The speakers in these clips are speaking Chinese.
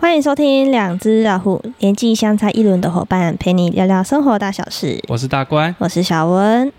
欢迎收听两只老虎，年纪相差一轮的伙伴，陪你聊聊生活大小事。 我是大官， 我是小文。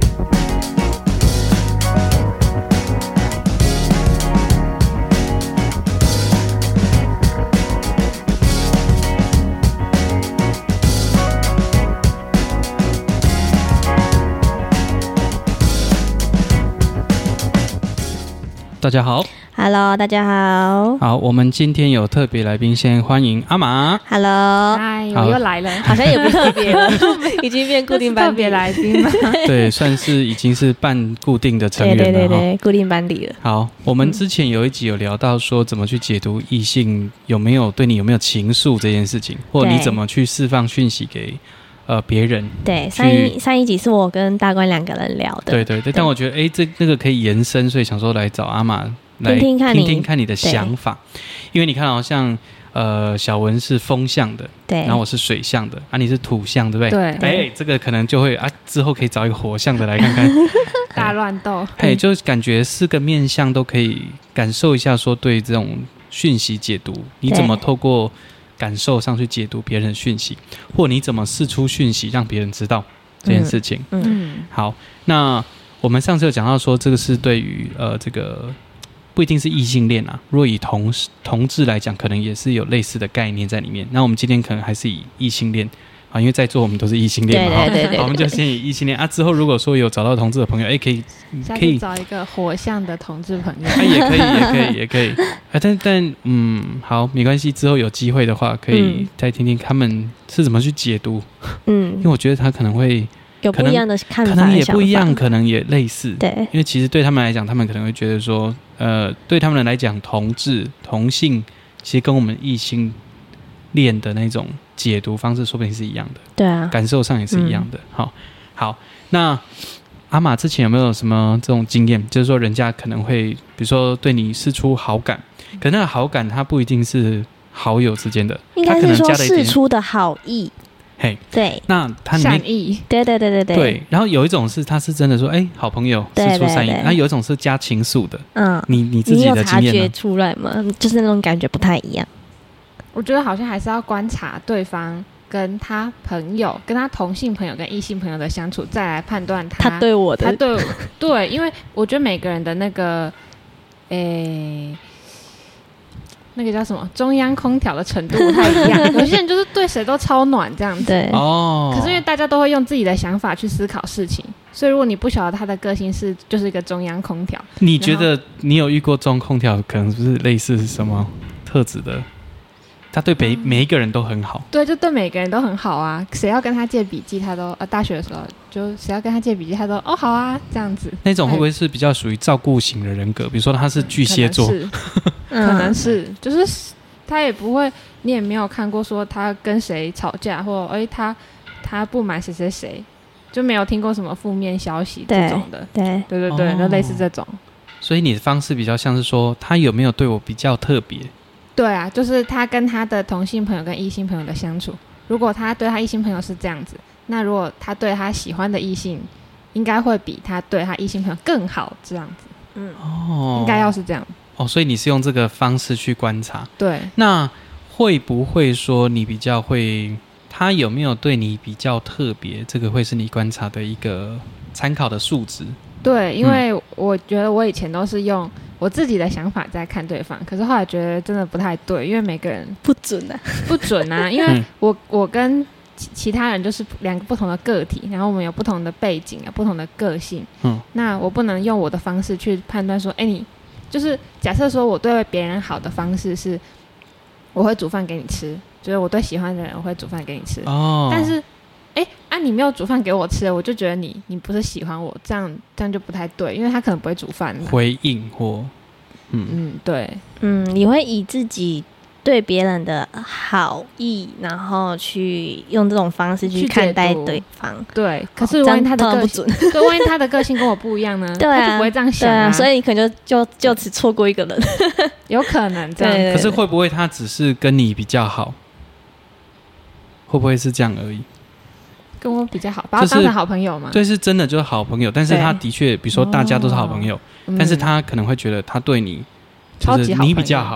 大家好。 Hello， 大家好。 好，我们今天有特别来宾，先欢迎阿玛。 Hello， 嗨，我又来了， 好像也不特别了，已经变固定班底， 特别来宾了。 对，算是已经是半固定的成员了。 对，固定班底了。 好，我们之前有一集有聊到说怎么去解读异性对你有没有情愫这件事情，或者你怎么去释放讯息给别人。 对，上一集是我跟大官两个人聊的。 对，但我觉得那个可以延伸，所以想说来找阿玛来听听看你的想法，因为你看好像小文是风象的， 对， 然后我是水象的，你是土象，对不对？ 对， 这个可能就会之后可以找一个火象的来看看， 大乱斗， 就感觉4个面向都可以感受一下，说对这种讯息解读，你怎么透过感受上去解读别人的讯息，或你怎么释出讯息让别人知道这件事情。好，那我们上次有讲到说，这个是对于这个不一定是异性恋啊，如果以同志来讲，可能也是有类似的概念在里面。那我们今天可能还是以异性恋啊，因为在座我们都是异性恋嘛， 对， 好，我们就先以异性恋啊。之后如果说有找到同志的朋友，可以找一个火象的同志朋友， 也可以。但好，没关系，之后有机会的话，可以再听听他们是怎么去解读。因为我觉得他可能会有不一样的看法， 可能也不一样，可能也类似。 对， 因为其实对他们来讲，他们可能会觉得说，对他们来讲，同性其实跟我们异性恋的那种解读方式，说不定是一样的。对啊，感受上也是一样的。好，那阿玛之前有没有什么这种经验？就是说，人家可能会，比如说对你释出好感，可那个好感它不一定是好友之间的， 应该是说释出的好意。对， 那他善意， 对， 然后有一种是他是真的说，好朋友释出善意，然后有一种是加情愫的，你自己的经验呢？ 你有察觉出来吗？就是那种感觉不太一样。 我觉得好像还是要观察对方跟他朋友、跟他同性朋友跟异性朋友的相处，再来判断他对我的， 对，因为我觉得每个人的那个，那个叫什么中央空调的程度不太一样，有些人就是对谁都超暖这样子。 对可是因为大家都会用自己的想法去思考事情，所以如果你不晓得他的个性就是一个中央空调， 你觉得你有遇过中央空调，可能是类似是什么特质的？他对每一个人都很好， 对，就对每个人都很好啊。谁要跟他借笔记，他都大学的时候就谁要跟他借笔记，他都好啊这样子。 那种会不会是比较属于照顾型的人格？比如说他是巨蟹座， 可能是，就是他也不会，你也没有看过说他跟谁吵架，或他不满谁，就没有听过什么负面消息这种的。对，就类似这种。 所以你的方式比较像是说，他有没有对我比较特别？ 对啊，就是他跟他的同性朋友跟异性朋友的相处，如果他对他异性朋友是这样子，那如果他对他喜欢的异性，应该会比他对他异性朋友更好这样子。应该要是这样。 所以你是用这个方式去观察。 对。 那会不会说你比较会，他有没有对你比较特别？这个会是你观察的一个参考的数值。 对，因为我觉得我以前都是用我自己的想法在看对方，可是后来觉得真的不太对，因为每个人不准啊， 因为我跟其他人就是2个不同的个体，然后我们有不同的背景不同的个性，那我不能用我的方式去判断说，你就是假设说我对别人好的方式是，我会煮饭给你吃，就是我对喜欢的人我会煮饭给你吃，但是你没有煮饭给我吃，我就觉得你不是喜欢我，这样就不太对，因为他可能不会煮饭回应或对， 你会以自己对别人的好意，然后去用这种方式去看待对方。 对，可是万一他的个性，对，万一他的个性跟我不一样呢？对啊，他就不会这样想所以你可能就此错过一个人， 有可能这样。 可是会不会他只是跟你比较好？会不会是这样而已？ 跟我比较好，把我当成好朋友嘛？ 对，是真的就是好朋友，但是他的确，比如说大家都是好朋友，但是他可能会觉得他对你就是你比较好，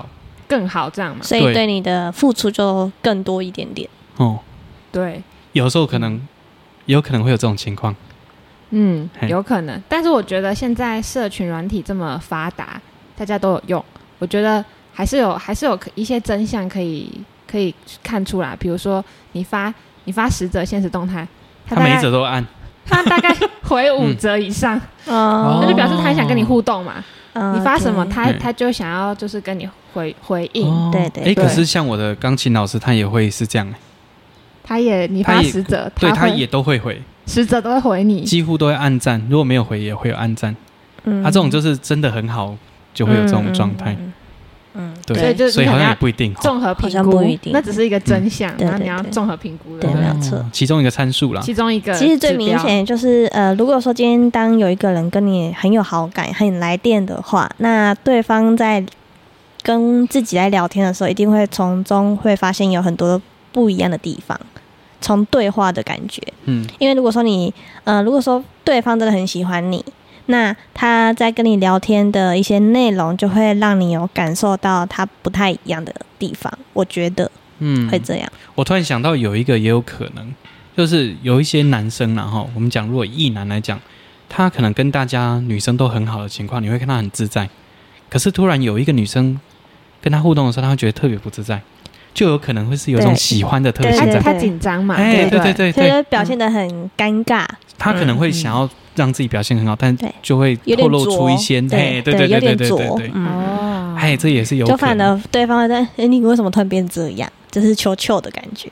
更好这样嘛， 所以对你的付出就更多一点点。 哦， 对， 有时候也有可能会有这种情况。 有可能，但是我觉得现在社群软体这么发达，大家都有用，我觉得还是有一些真相可以看出来。比如说你发10则现实动态， 他每一则都按， 他大概回5则以上，那就表示他很想跟你互动嘛。你发什么，他就想要就是跟你回应。 对。 可是像我的钢琴老师，他也会是这样。 你发10则， 对，他也都会回 ，10则都会回你， 几乎都会按赞。如果没有回，也会有按赞。这种就是真的很好，就会有这种状态。对，所以好像也不一定， 综合评估，那只是一个真相，然后你要综合评估的， 对，没有错， 其中一个参数啦， 其中一个。 其实最明显就是如果说今天当有一个人跟你很有好感、很来电的话，那对方在跟自己在聊天的时候，一定会从中会发现有很多不一样的地方。从对话的感觉，因为如果说如果说对方真的很喜欢你，那他在跟你聊天的一些内容，就会让你有感受到他不太一样的地方。我觉得，会这样。 我突然想到有一个也有可能，就是有一些男生啦齁，我们讲如果异男来讲，他可能跟大家女生都很好的情况，你会看他很自在，可是突然有一个女生跟他互动的时候，他会觉得特别不自在。就有可能会是有一种喜欢的特性在， 他紧张嘛， 对， 所以就表现得很尴尬。 他可能会想要让自己表现很好，但就会透露出一些，对， 有点拙， 这也是有可能。 就反而对方在，你为什么突然变这样？就是糗糗的感觉。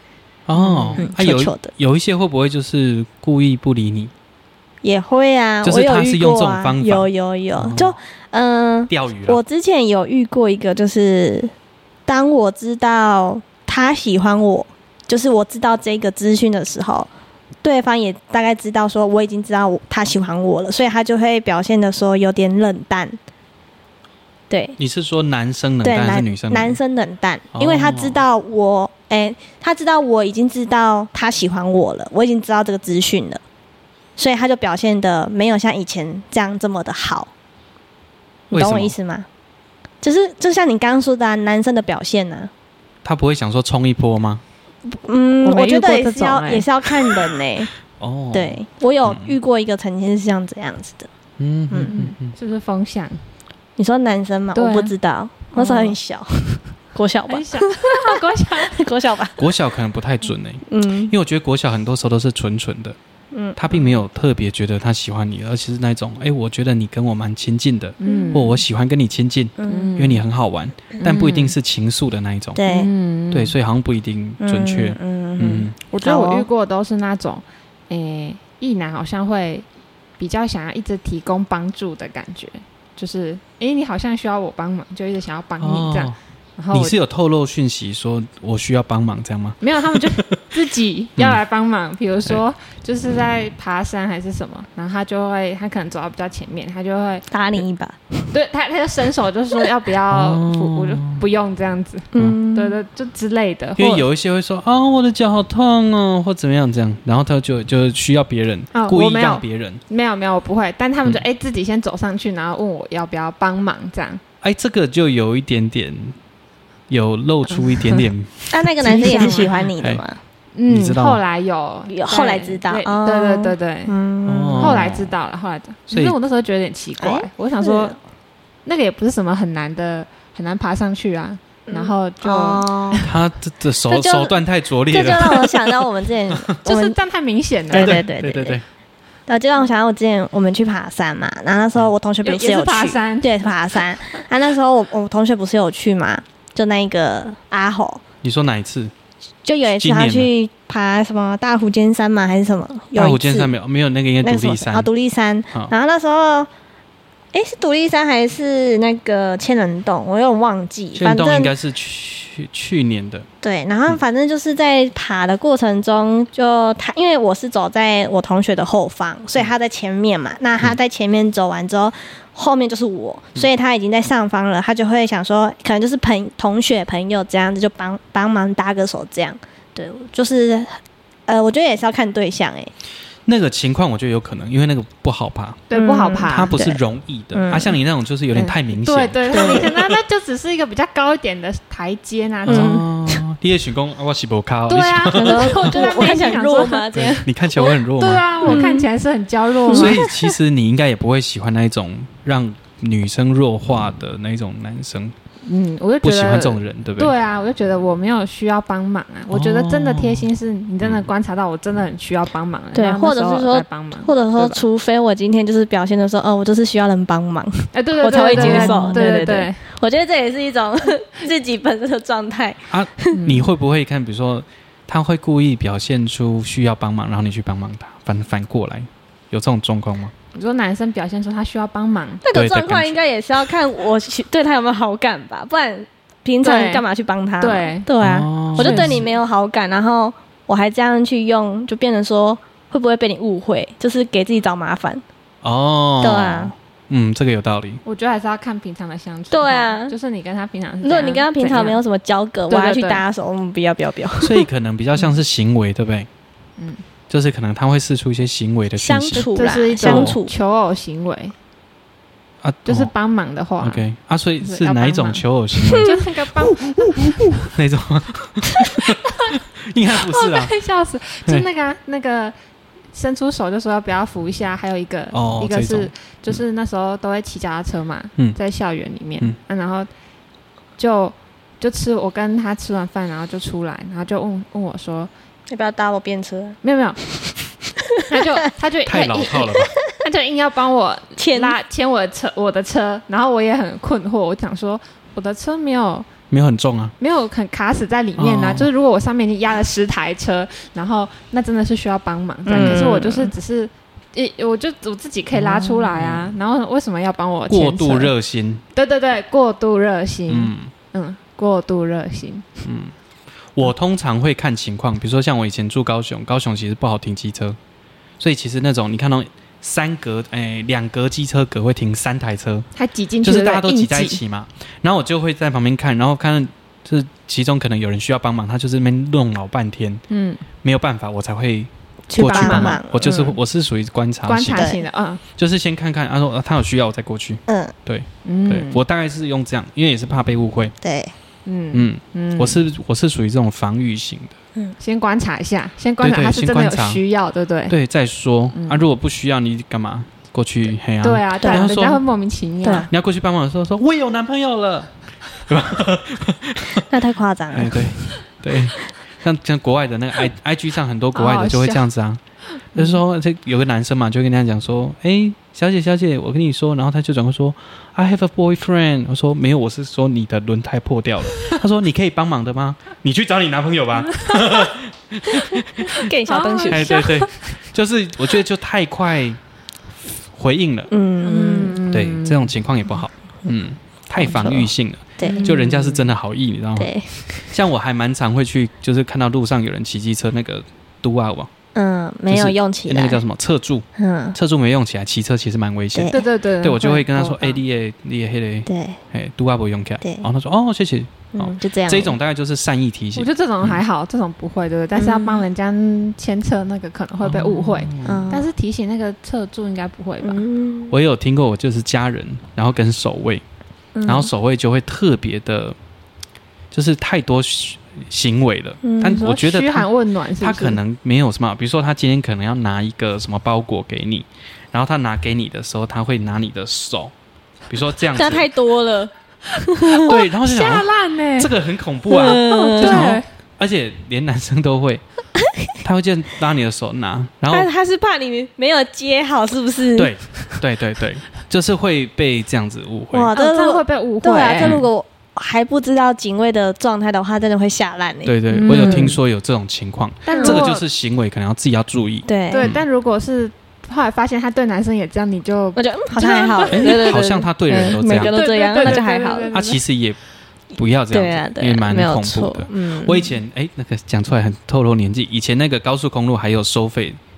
有一些会不会就是故意不理你？ 也会啊， 就是他是用这种方法， 有，就钓鱼。 我之前有遇过一个，就是当我知道他喜欢我，就是我知道这个资讯的时候，对方也大概知道说我已经知道他喜欢我了，所以他就会表现的说有点冷淡。对， 你是说男生冷淡还是女生冷淡？ 男生冷淡，因为他知道他知道我已经知道他喜欢我了，我已经知道这个资讯了，所以他就表现的没有像以前这样这么的好。你懂我意思吗？就像你刚刚说的男生的表现呢， 他不会想说冲一波吗？ 我觉得也是要看人呢。对，我有遇过一个曾经是像这样子的。 是不是风向？ 你说男生吗？我不知道，那时候很小，国小吧，国小吧， 国小可能不太准因为我觉得国小很多时候都是纯纯的。他并没有特别觉得他喜欢你，而且是那种我觉得你跟我蛮亲近的，或我喜欢跟你亲近，因为你很好玩，但不一定是情愫的那一种。对，所以好像不一定准确。 我觉得我遇过的都是那种，异男好像会比较想要一直提供帮助的感觉，就是你好像需要我帮忙，就一直想要帮你这样。然后你是有透露讯息说我需要帮忙这样吗？ 没有，他们就自己要来帮忙。比如说就是在爬山还是什么，然后他可能走到比较前面，他就会打你一把。 对，他就伸手就说要不要我就不用这样子。对，就之类的。 因为有一些会说我的脚好痛哦，或怎么样这样，然后他就需要别人故意让别人。 没有，我不会。但他们就自己先走上去，然后问我要不要帮忙这样。 这个就有一点点。有露出一点点， 那个男生也是喜欢你的吗？ 你知道吗？ 后来有后来知道， 对，后来知道了，所以我那时候觉得有点奇怪，我想说那个也不是什么很难爬上去啊，然后就他的手段太拙劣了， 这就让我想到我们之前就是这样太明显了， 对，就让我想到我之前我们去爬山嘛，然后那时候我同学不是有去爬山， 对，爬山，那时候我同学不是有去嘛。就那个阿吼， 你说哪一次？ 就有一次他去爬什么大湖尖山嘛，还是什么？ 大湖尖山没有那个应该独立山。 独立山。然后那时候，是独立山还是那个千人洞？我有点忘记。 千人洞应该是去年的。 对，然后反正就是在爬的过程中，因为我是走在我同学的后方，所以他在前面嘛。那他在前面走完之后。后面就是我，所以他已经在上方了，他就会想说，可能就是同学朋友这样子，就帮忙搭个手这样。对，就是我觉得也是要看对象那个情况我觉得有可能，因为那个不好爬， 对，不好爬， 它不是容易的。像你那种就是有点太明显， 对，那就只是一个比较高一点的台阶那种。 你也想说我是不靠？ 对啊， 我看起来很弱吗？这样你看起来我很弱吗？ 对啊，我看起来是很娇弱。 所以其实你应该也不会喜欢那一种让女生弱化的那一种男生。 我就觉得不喜欢这种人，对不对？ 对啊，我就觉得我没有需要帮忙啊。我觉得真的贴心是你真的观察到我真的很需要帮忙， 对，或者是说帮忙，或者说除非我今天就是表现的说，我就是需要人帮忙， 对， 我才会接受。 对， 我觉得这也是一种自己本身的状态啊。你会不会看，比如说他会故意表现出需要帮忙，然后你去帮忙他，反过来有这种状况吗？ 你说男生表现出他需要帮忙， 那个状况应该也是要看我对他有没有好感吧，不然平常干嘛去帮他？对啊，我就对你没有好感，然后我还这样去用，就变成说会不会被你误会，就是给自己找麻烦。对啊， 这个有道理。 我觉得还是要看平常的相处。 对啊， 就是你跟他平常， 如果你跟他平常没有什么交隔，我还去搭手，不要。 所以可能比较像是行为，对不对？就是可能他会释出一些行为的讯息， 相处啦， 就是一种求偶行为啊， 就是帮忙的话。 OK 啊，所以是哪一种求偶行为？ 就是那个帮那种，应该不是啊， 笑死！就那个伸出手就说要不要扶一下，还有一个是就是那时候都会骑脚踏车嘛，在校园里面，然后就我跟他吃完饭，然后就出来，然后就问我说。 要不要搭我便车？ 没有，他就太老套了吧？ 他就硬要帮我牵我的车，然后我也很困惑，我想说我的车没有很重啊， 没有很卡死在里面啊。就是如果我上面已经压了10台车，然后那真的是需要帮忙的。可是我就是只是，我自己可以拉出来啊。然后为什么要帮我牵车？ 过度热心。 对，过度热心。过度热心。 我通常会看情况，比如说像我以前住高雄其实不好停机车，所以其实那种你看到2格机车格会停3台车， 还挤进去， 就是大家都挤在一起嘛。然后我就会在旁边看，然后看就是其中可能有人需要帮忙，他就是那边弄老半天，没有办法，我才会过去帮忙。我是属于观察型的， 就是先看看，他说他有需要我再过去。对，我大概是用这样，因为也是怕被误会。 对。 我是属于这种防御型的。 先观察一下，先观察他是真的有需要，对不对？ 对，再说如果不需要，你干嘛过去？ 对啊，人家会莫名其妙。 你要过去帮忙的时候说，我有男朋友了，对吧？ 那太夸张了。 对，像国外的那个 IG 上很多国外的就会这样子啊。就是说，有个男生嘛，就跟人家讲说，小姐，我跟你说，然后他就转过说 ，I have a boyfriend。我说没有，我是说你的轮胎破掉了。他说你可以帮忙的吗？你去找你男朋友吧。 给你小东西。 对，就是我觉得就太快回应了。对，这种情况也不好。太防御性了。对，就人家是真的好意，你知道吗？对，像我还蛮常会去，就是看到路上有人骑机车那个嘟啊网。 没有用起来， 那个叫什么侧柱？侧柱没用起来，骑车其实蛮危险的。对，我就会跟他说：“你也黑嘞，对，都不用起来。”然后他说：“谢谢。” 就这样。 这种大概就是善意提醒。 我觉得这种还好，这种不会，对不对？但是要帮人家牵车那个可能会被误会，但是提醒那个侧柱应该不会吧？ 我也有听过，我就是家人，然后跟守卫，然后守卫就会特别的，就是太多行为了，但我觉得嘘寒问暖他可能没有什么，比如说他今天可能要拿一个什么包裹给你，然后他拿给你的时候，他会拿你的手，比如说这样子， 这太多了， 对，然后就想下烂呢， 这个很恐怖啊，对，而且连男生都会，他会这样拉你的手拿，然后他是怕你没有接好，是不是？ 对，就是会被这样子误会， 哇， 这样会被误会， 对啊，这如果还不知道警卫的状态的话，真的会吓烂欸。 对，我有听说有这种情况，但这个就是行为，可能要自己要注意。 对，但如果是后来发现他对男生也这样，你就我觉得好像还好，对， 好像他对人都这样， 每个都这样，那就还好。 他其实也不要这样子，因为蛮恐怖的。我以前那个讲出来很透露年纪，以前那个高速公路还有收费。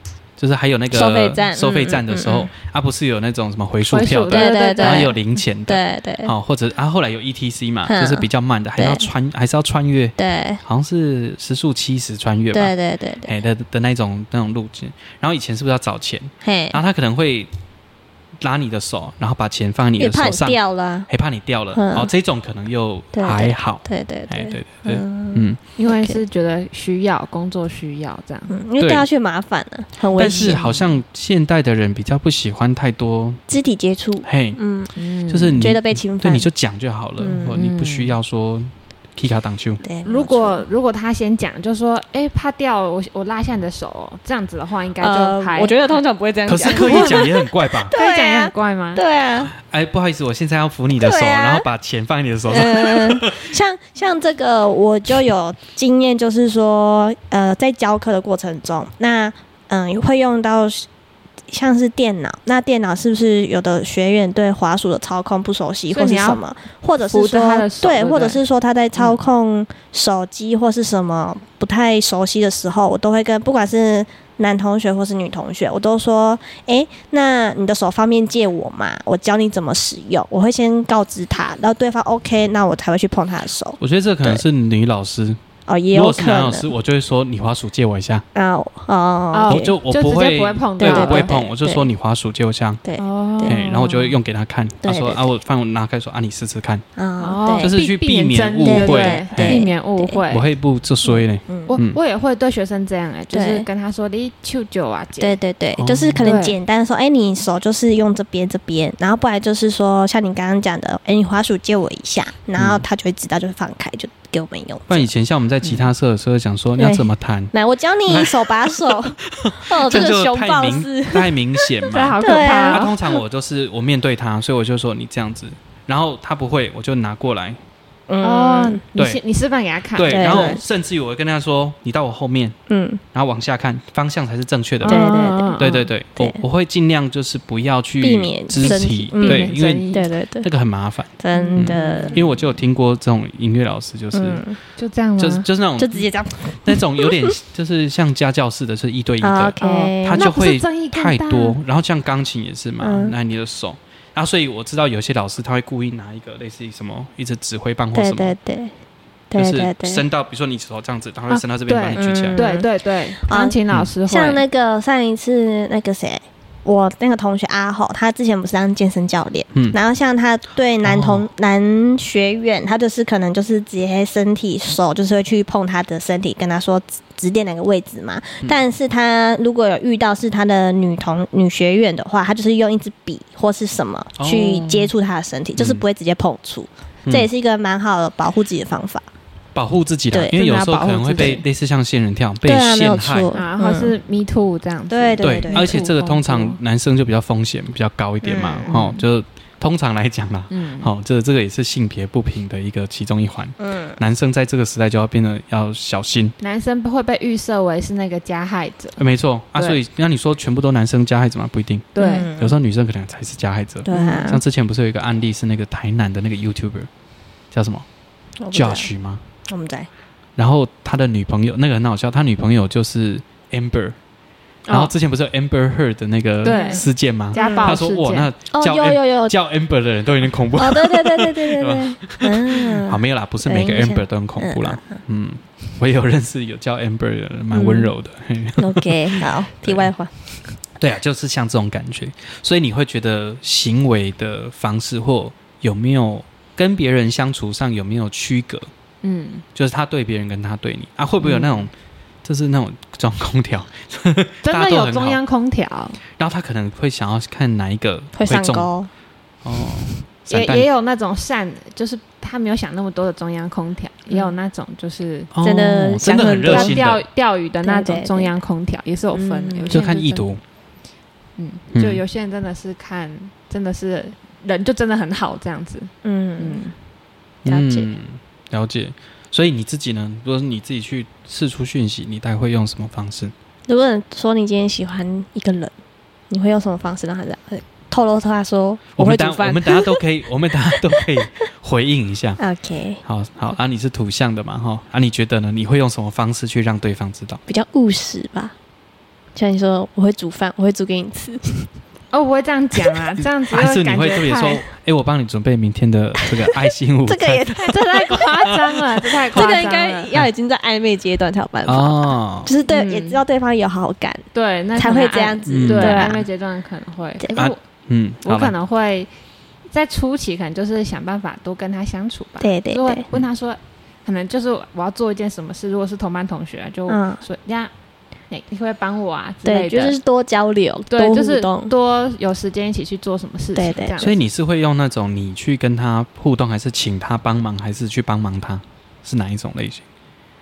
就是还有那个收费站的时候，不是有那种什么回数票的， 对， 然后也有零钱的， 对， 或者后来有 ETC 嘛，就是比较慢的，还是要穿越， 对， 好像是时速70穿越吧， 对， 的那种路径。然后以前是不是要找钱？然后他可能会拉你的手，然后把钱放在你的手上，怕你掉了，这种可能又还好， 对， 因为是觉得需要工作需要这样， 因为掉下去麻烦了，很危险。 但是好像现代的人比较不喜欢太多肢体接触， 就是你觉得被侵犯， 对，你就讲就好了，你不需要说。踢卡挡球。 对， 如果他先讲，就说怕掉我拉下你的手，这样子的话应该就还。 我觉得通常不会这样讲。 可是刻意讲也很怪吧？ 刻意讲也很怪吗？ 对啊。 不好意思，我现在要扶你的手，然后把钱放在你的手上。 像这个我就有经验，就是说在教课的过程中，那会用到。像是电脑，那电脑是不是有的学员对滑鼠的操控不熟悉，或是什么，或者是说对，或者是说他在操控手机或是什么不太熟悉的时候，我都会跟不管是男同学或是女同学，我都说，那你的手方便借我吗？我教你怎么使用，我会先告知他，然后对方 OK， 那我才会去碰他的手。 我觉得这可能是女老师。 也有可能。如果是男老师，我就会说你滑鼠借我一下。我不会碰， 对，我不会碰，我就说你滑鼠借我一下。 对， 然后我就会用给他看。他说我拿开说你试试看。 就是去避免误会， 避免误会。 我会不这衰嘞。 我也会对学生这样就是跟他说你手就啊， 对，就是可能简单说，你手就是用这边，然后不然就是说像你刚刚讲的，你滑鼠借我一下，然后他就会知道，就会放开，就给我们用。 不然以前像我们在吉他社的时候讲说你要怎么弹， 来我教你手把手。这个熊抱式太明显嘛， 这好可怕。 通常我都是我面对他，所以我就说你这样子，然后他不会，我就拿过来。 你示范给他看。 对，然后甚至于我会跟他说，你到我后面，然后往下看，方向才是正确的。对，我会尽量就是不要去避免肢体，对，因为那个很麻烦， 真的。 因为我就有听过这种音乐老师，就是就这样吗？ 就是那种就直接这样， 那种有点就是像家教式的，是一对一的，他就会太多。然后像钢琴也是嘛，拿你的手。所以我知道有些老师他会故意拿一个类似于什么一支指挥棒或什么，就是伸到，比如说你手这样子，然后伸到这边把你举起来。 对，钢琴老师会。 像那个上一次那个谁，我那个同学阿吼，他之前不是当健身教练，然后像他对男学员，他就是可能就是直接身体手就是会去碰他的身体，跟他说指点哪个位置嘛。但是他如果有遇到是他的女学员的话，他就是用一支笔或是什么去接触他的身体，就是不会直接碰触。这也是一个蛮好的保护自己的方法。 保护自己的，因为有时候可能会被类似像仙人跳被陷害或是 me too 这样子。 对， 而且这个通常男生就比较风险比较高一点嘛，就通常来讲啦，这个也是性别不平的一个其中一环。男生在这个时代就要变得要小心。 男生会被预设为是那个加害者， 没错所以那你说全部都男生加害者吗？不一定。 对， 有时候女生可能才是加害者。 对， 像之前不是有一个案例是那个台南的那个 YouTuber 叫什么 Josh 吗？ 我们在。 然后他的女朋友那个很好笑，他女朋友就是 Amber，然后之前不是有 Amber Heard 的那个事件吗？ 家暴事件。 他说哇，那有叫 Amber 的人都有点恐怖。 对。 好，没有啦，不是每个 Amber 都很恐怖啦。我也有认识有叫 Amber 的人，蛮温柔的。 OK， 好，题外话。 对啊，就是像这种感觉，所以你会觉得行为的方式或有没有跟别人相处上有没有区隔？就是他对别人跟他对你会不会有那种，就是那种中央空调， 真的有中央空调， 然后他可能会想要看哪一个会上钩也有那种就是他没有想那么多的中央空调，也有那种就是真的很热心的钓鱼的那种中央空调，也是有分的， 就看意图。 就有些人真的是看，真的是人就真的很好这样子。 了解。 所以你自己呢？如果是你自己去释出讯息，你大概会用什么方式？ 如果说你今天喜欢一个人，你会用什么方式让他透露他说我会煮饭？ 我们等下都可以，回应一下。 OK， 好你是土象的嘛？你觉得呢？你会用什么方式去让对方知道？ 比较务实吧。 像你说我会煮饭，我会煮给你吃。 哦，我会这样讲啊，这样子还是你感觉会特别说，我帮你准备明天的这个爱心午餐。 这个也这太夸张了，这太夸张了。 这个应该要已经在暧昧阶段才有办法哦，就是对，也知道对方有好感， 对，那才会这样子。 对，暧昧阶段可能会，可是我可能会在初期可能就是想办法多跟他相处吧。 对对对， 问他说，可能就是我要做一件什么事，如果是同班同学，就说这样。你会不会帮我啊？之类的， 对，就是多交流， 对， 多就是互动， 多有时间一起去做什么事情。 对对， 所以你是会用那种你去跟他互动，还是请他帮忙，还是去帮忙他？是哪一种类型？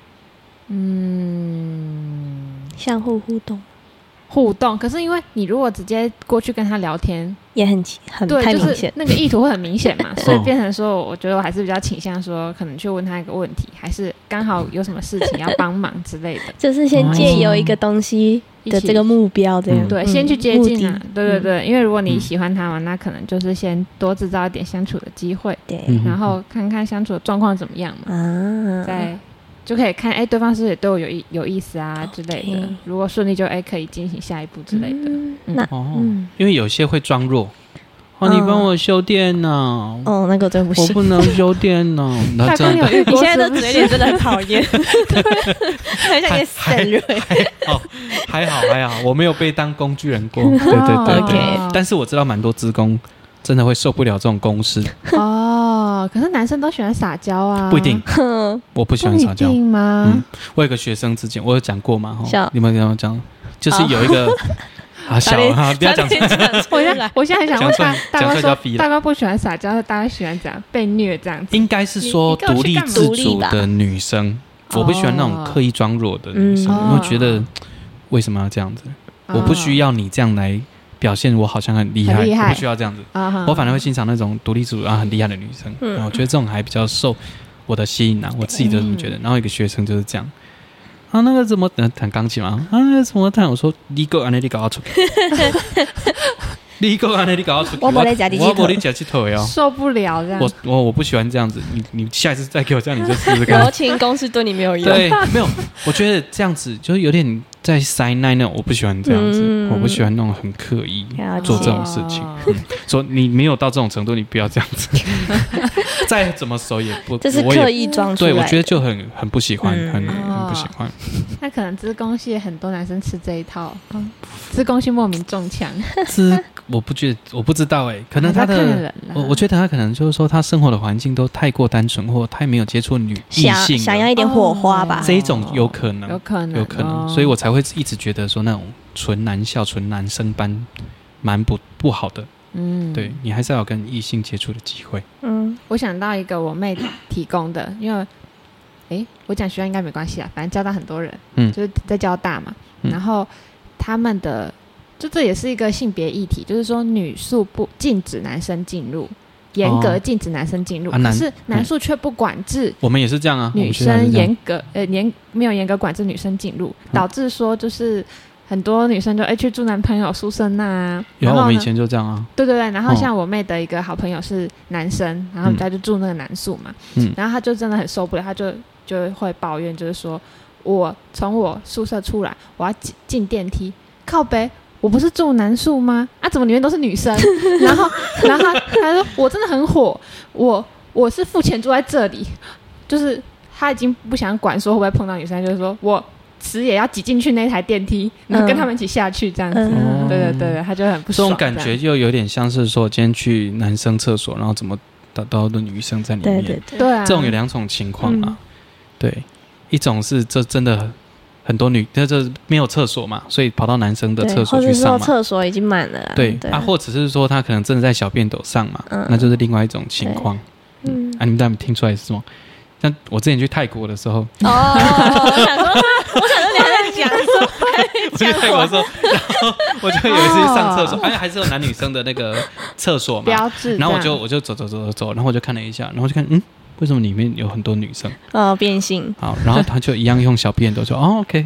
相互互动。 互动，可是因为你如果直接过去跟他聊天， 也很对， 太明显， 就是那个意图会很明显嘛，所以变成说，我觉得我还是比较倾向说，可能去问他一个问题，还是刚好有什么事情要帮忙之类的， 就是先借由一个东西的这个目标，这样对，先去接近啊，对对对，因为如果你喜欢他嘛，那可能就是先多制造一点相处的机会， 对， 然后看看相处的状况怎么样嘛，再。就可以看，对方是不是也对我有意思啊之类的。如果顺利就可以进行下一步之类的。 因为有些会装弱，你帮我修电脑。 那个真不行， 我不能修电脑。 你现在的嘴脸真的很讨厌，很像一个沈瑞。 还好，我没有被当工具人过。对，但是我知道蛮多职工真的会受不了这种公事。 可是男生都喜欢撒娇啊， 不一定，我不喜欢撒娇。 不一定吗？ 我有个学生之前我有讲过嘛，你们跟我讲，就是有一个小不要讲出来。我现在很想问他，大哥不喜欢撒娇，大家喜欢怎样被虐这样子？ 应该是说独立自主的女生，我不喜欢那种刻意装弱的女生，因为觉得为什么要这样子？我不需要你这样来。表现我好像很厉害，我不需要这样子，我反而会欣赏那种独立自主然后很厉害的女生，然后我觉得这种还比较受我的吸引啊，我自己都这么觉得。然后一个学生就是这样，那个怎么弹钢琴嘛？那个怎么弹？我说你给我安尼，你搞我出去，你给我安尼，你搞我出去，我不能夹起腿哦， 受不了这样。 我不喜欢这样子，你下一次再给我这样，你就试试看。 柔情攻势对你没有用， 对，没有，我觉得这样子就是有点。在塞奶那种，我不喜欢这样子，我不喜欢那种很刻意做这种事情。说你没有到这种程度，你不要这样子。再怎么熟也不， 这是刻意装出来的。 对，我觉得就很不喜欢，很不喜欢。 那可能资工系很多男生吃这一套，资工系莫名中枪。 我不知道可能他的，我觉得他可能就是说他生活的环境都太过单纯，或太没有接触异性， 想要一点火花吧。 这一种有可能，所以我才会一直觉得说那种纯男校、纯男生班蛮不好的。对，你还是要有跟异性接触的机会。 我想到一个我妹提供的，因为我讲学校应该没关系啊，反正交到很多人，就是在交大嘛，然后他们的就这也是一个性别议题，就是说女宿不禁止男生进入。严格禁止男生进入，可是男宿却不管制。我们也是这样啊， 女生严格没有严格管制女生进入，导致说就是很多女生就去住男朋友宿舍那。 然后我们以前就这样啊。 对，然后像我妹的一个好朋友是男生，然后他就住那个男宿嘛，然后他就真的很受不了，他就会抱怨，就是说我从我宿舍出来，我要进电梯，靠北。我不是住男宿吗？怎么里面都是女生？然后他说我真的很火，我是付钱住在这里，就是他已经不想管说会不会碰到女生，就是说我死也要挤进去那台电梯，然后跟他们一起下去这样子。对，他就很不爽。 这种感觉就有点像是说今天去男生厕所，然后怎么找到的女生在里面？ 对啊， 这种有两种情况啊。对，一种是这真的。很多这没有厕所嘛，所以跑到男生的厕所去上嘛，或者说厕所已经满了啦。 对或者是说他可能真的在小便斗上嘛，那就是另外一种情况。你们大家听出来是吗？像我之前去泰国的时候，我想说你还在讲说， 我去泰国的时候，然后我就有一次上厕所，还是有男女生的那个厕所嘛标志， 然后我就走，然后我就看了一下，然后就看为什么里面有很多女生？ 变性。 好，然后他就一样用小便斗说，OK，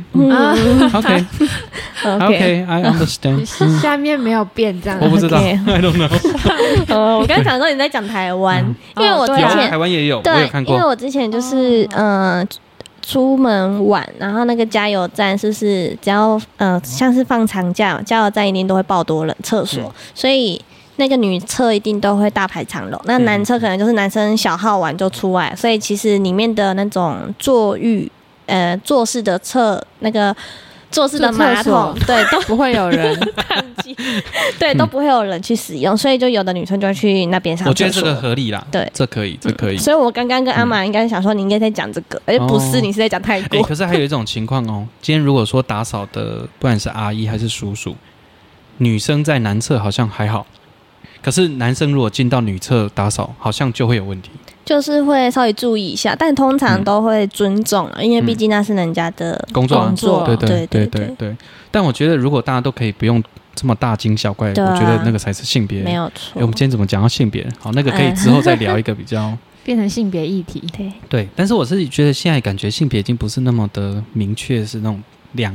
I understand。 下面没有变这样， 我不知道 ，I don't know。 我刚想说你在讲台湾，因为我之前台湾也有，我有看过。 因为我之前就是出门晚，然后那个加油站只要像是放长假，加油站一定都会爆多人厕所，所以那个女厕一定都会大排长龙。那男厕可能就是男生小号完就出来，所以其实里面的那种坐式的那个坐式的马桶，对，都不会有人对，都不会有人去使用，所以就有的女生就会去那边上厕所。 我觉得这个合理啦， 对， 这可以。 所以我刚刚跟阿玛应该想说，你应该在讲这个，而不是你是在讲泰国。 可是还有一种情况哦，今天如果说打扫的不管是阿姨还是叔叔，女生在男厕好像还好，可是男生如果进到女厕打扫，好像就会有问题。 就是会稍微注意一下，但通常都会尊重因为毕竟那是人家的工作。 对。 但我觉得如果大家都可以不用这么大惊小怪，我觉得那个才是性别。 没有错。 我们今天怎么讲到性别？好，那个可以之后再聊一个比较变成性别议题。 对。但是我自己觉得现在感觉性别已经不是那么的明确，是那种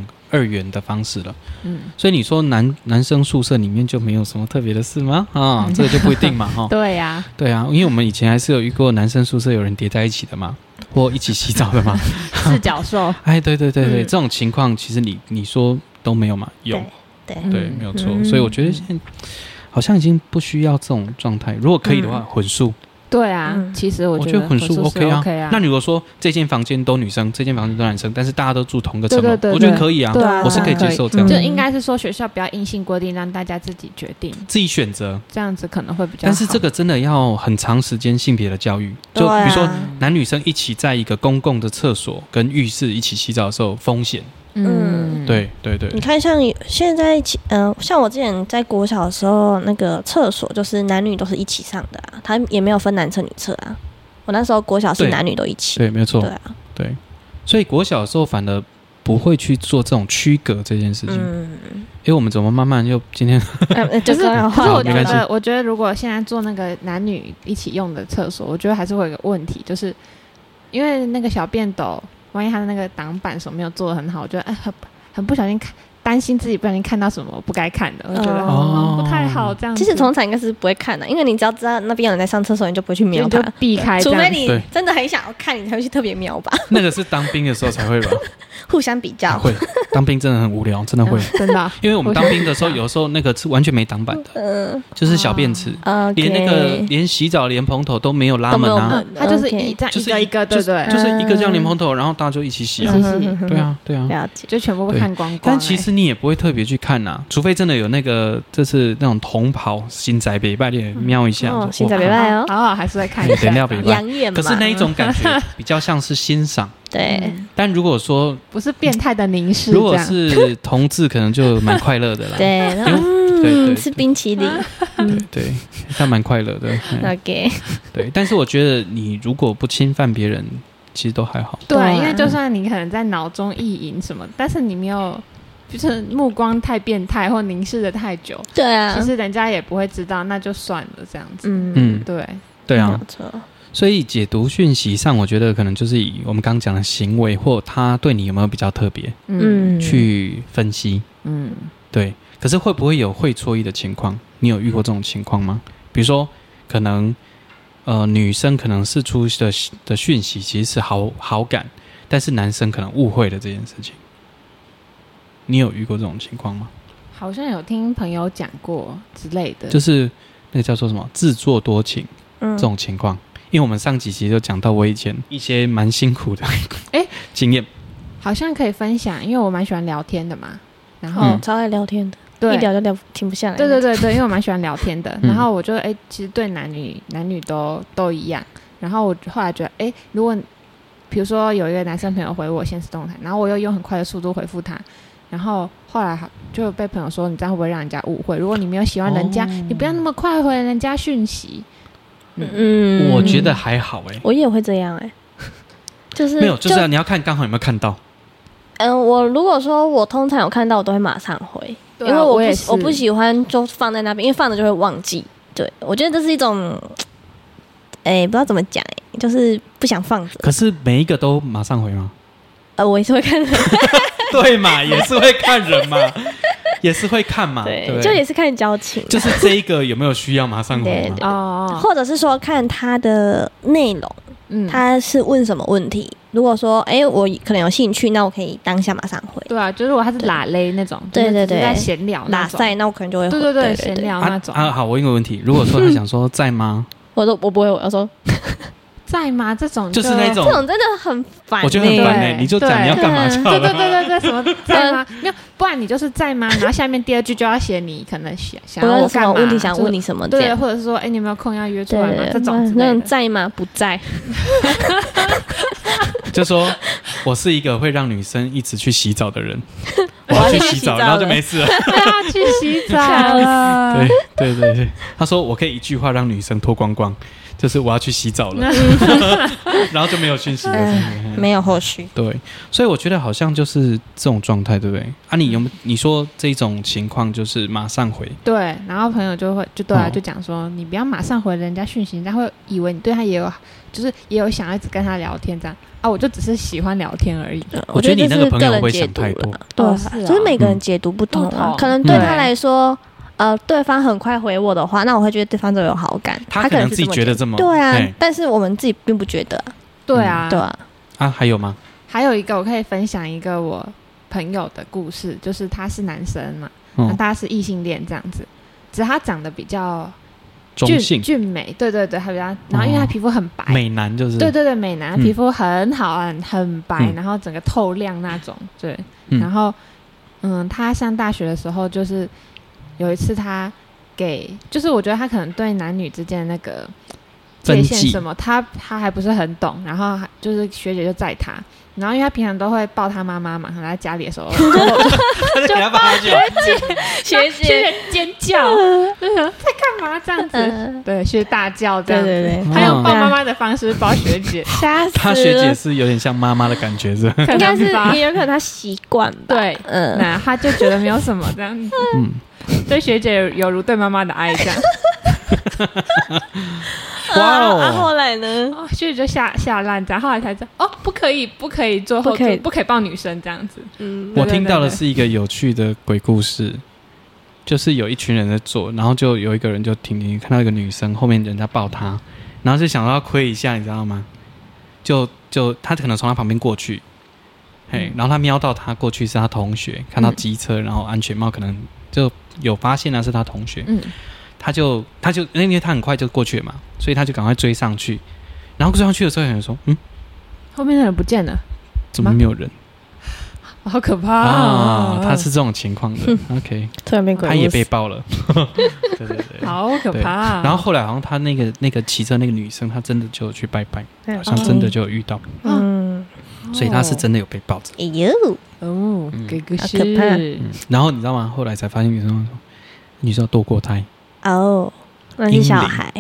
2元的方式了。所以你说男生宿舍里面就没有什么特别的事吗？这个就不一定嘛。 对呀， 因为我们以前还是有遇过男生宿舍有人叠在一起的嘛，或一起洗澡的嘛。 四角兽。 对，这种情况其实你说都没有嘛？有，对，没有错。所以我觉得现在好像已经不需要这种状态。如果可以的话，混宿。 对啊，其实我觉得混宿 OK 啊。 那如果说这间房间都女生，这间房间都男生，但是大家都住同个层楼， 对， 我觉得可以啊。我是可以接受这样。 就应该是说学校不要硬性规定，让大家自己决定、 自己选择， 这样子可能会比较好。 但是这个真的要很长时间性别的教育，就比如说男女生一起在一个公共的厕所跟浴室一起洗澡的时候，风险。对。 你看，像现在，像我之前在国小的时候，那个厕所就是男女都是一起上的啊，他也没有分男厕女厕啊。我那时候国小是男女都一起。 对，没有错。 对啊， 对。所以国小的时候反而不会去做这种区隔这件事情。我们怎么慢慢又今天就是我觉得如果现在做那个男女一起用的厕所，我觉得还是会有一个问题，就是因为那个小便斗。万一他的那个挡板什么没有做得很好，我觉得很不小心担心自己不小心看到什么不该看的，我觉得不太好这样子。 其实通常应该是不会看的，因为你只要知道那边有人在上厕所，你就不会去瞄它， 就避开。 除非你真的很想要看，你才会去特别瞄吧。 那个是当兵的时候才会吧？ 互相比较。 会，当兵真的很无聊，真的会。 真的。 因为我们当兵的时候，有时候那个是完全没挡板的，就是小便池，连洗澡莲蓬头都没有拉门啊， 它就是一个，对不对？ 就是一个这样莲蓬头，然后大家就一起洗啊。对啊， 了解， 就全部看光光。 但其实你也不会特别去看呐，除非真的有那个就是那种同袍新宅北拜，你瞄一下。 新宅北拜哦， 好还是会看一下。 养眼嘛。 可是那一种感觉比较像是欣赏。 对。 但如果说不是变态的凝视， 如果是同志，可能就蛮快乐的啦。 对，吃冰淇淋。 对，他蛮快乐的。 OK。 对，但是我觉得你如果不侵犯别人，其实都还好。 对，因为就算你可能在脑中意淫什么，但是你没有，就是目光太变态或凝视的太久， 对啊， 其实人家也不会知道，那就算了这样子。 对啊，没错。所以解读讯息上，我觉得可能就是以我们刚刚讲的行为或他对你有没有比较特别，去分析。对。可是会不会有会错意的情况？你有遇过这种情况吗？比如说，可能女生可能释出的讯息其实是好感，但是男生可能误会了这件事情。你有遇过这种情况吗？ 好像有听朋友讲过之类的， 就是那个叫做什么自作多情这种情况。因为我们上几集就讲到我以前一些蛮辛苦的经验， 好像可以分享，因为我蛮喜欢聊天的嘛，然后超爱聊天的。 对， 一聊就聊停不下来。 对，因为我蛮喜欢聊天的。然后我就其实对男女都一样。然后我后来觉得，如果比如说有一个男生朋友回我现实动态，然后我又用很快的速度回复他，然后后来就被朋友说，你这样会不会让人家误会？如果你没有喜欢人家，你不要那么快回人家讯息。 我觉得还好我也会这样就是没有，就是你要看刚好有没有看到。 我如果说我通常有看到，我都会马上回。因为我不喜欢就放在那边，因为放了就会忘记。对，我觉得这是一种，不知道怎么讲，就是不想放着。 可是每一个都马上回吗？ 我也是会看人。 对嘛，也是会看人嘛，也是会看嘛，对， 就也是看交情。 就是这一个有没有需要马上回嘛？或者是说看他的内容，他是问什么问题。 如果说我可能有兴趣，那我可以当下马上回。 对啊，就是如果他是拉勒那种， 对对对， 在闲聊拉塞，那我可能就会回。 对闲聊那种。 好，我有个问题，如果说他想说在吗？ 我不会，我要说在吗？这种就是那种， 这种真的很烦， 我觉得很烦你就讲你要干嘛就好了。 对，什么在吗？没有，不然你就是在吗？然后下面第二句就要写你可能想要我干嘛， 问题想问你什么， 对，或者是说你有没有空要约出来吗？这种之类的。 那种在吗？不在。 就说我是一个会让女生一直去洗澡的人，我要去洗澡，然后就没事了。 我要去洗澡了。 对，他说我可以一句话让女生脱光光，就是我要去洗澡了，然后就没有讯息了， 没有后续。 对，所以我觉得好像就是这种状态，对不对？啊，你说这种情况就是马上回， 对，然后朋友就对啊，就讲说你不要马上回人家讯息，人家会以为你对他也有想要一直跟他聊天这样啊，我就只是喜欢聊天而已。 我觉得你那个朋友会想太多， 对，就是每个人解读不同啊，可能对他来说。对方很快回我的话，那我会觉得对方都有好感。 他可能自己觉得这么对啊，但是我们自己并不觉得。 对啊， 对啊。 还有吗？ 还有一个，我可以分享一个我朋友的故事，就是他是男生嘛，那他是异性恋这样子，只是他长得比较俊美，对，他比较，然后因为他皮肤很白， 美男就是， 对，美男，皮肤很好，很白，然后整个透亮那种，对，然后他上大学的时候就是。有一次他就是我觉得他可能对男女之间的那个界限什么他还不是很懂，然后就是学姐就载他，然后因为他平常都会抱他妈妈嘛，他在家里的时候就抱学姐尖叫，就想在干嘛这样子，对，学大叫这样子，对，他用抱妈妈的方式抱学姐， 吓死了。 他学姐是有点像妈妈的感觉，是应该是也有可能他习惯吧， 对，那他就觉得没有什么这样子，对学姐有如对妈妈的爱这样。 哇哦！ 后来呢？ 学姐就下烂这样，后来才知道不可以坐后座，不可以抱女生这样子。 我听到的是一个有趣的鬼故事，就是有一群人在坐，然后就有一个人就停看到一个女生，后面人家抱她，然后就想要窥一下，你知道吗？就他可能从他旁边过去，然后他瞄到他过去是他同学，看到机车，然后安全帽可能就有发现那是他同学，他就因为他很快就过去了嘛，所以他就赶快追上去，然后追上去的时候有人说后面的人不见了， 怎么没有人？ 好可怕啊！ 他是这种情况的，OK， 突然变鬼， 他也被爆了，对， 好可怕。 然后后来好像他那个骑车那个女生，她真的就有去拜拜，好像真的就有遇到，所以她是真的有被抱着。 哎呦， 这个是可怕。 然后你知道吗？后来才发现女生有堕过胎。 哦，那是小孩。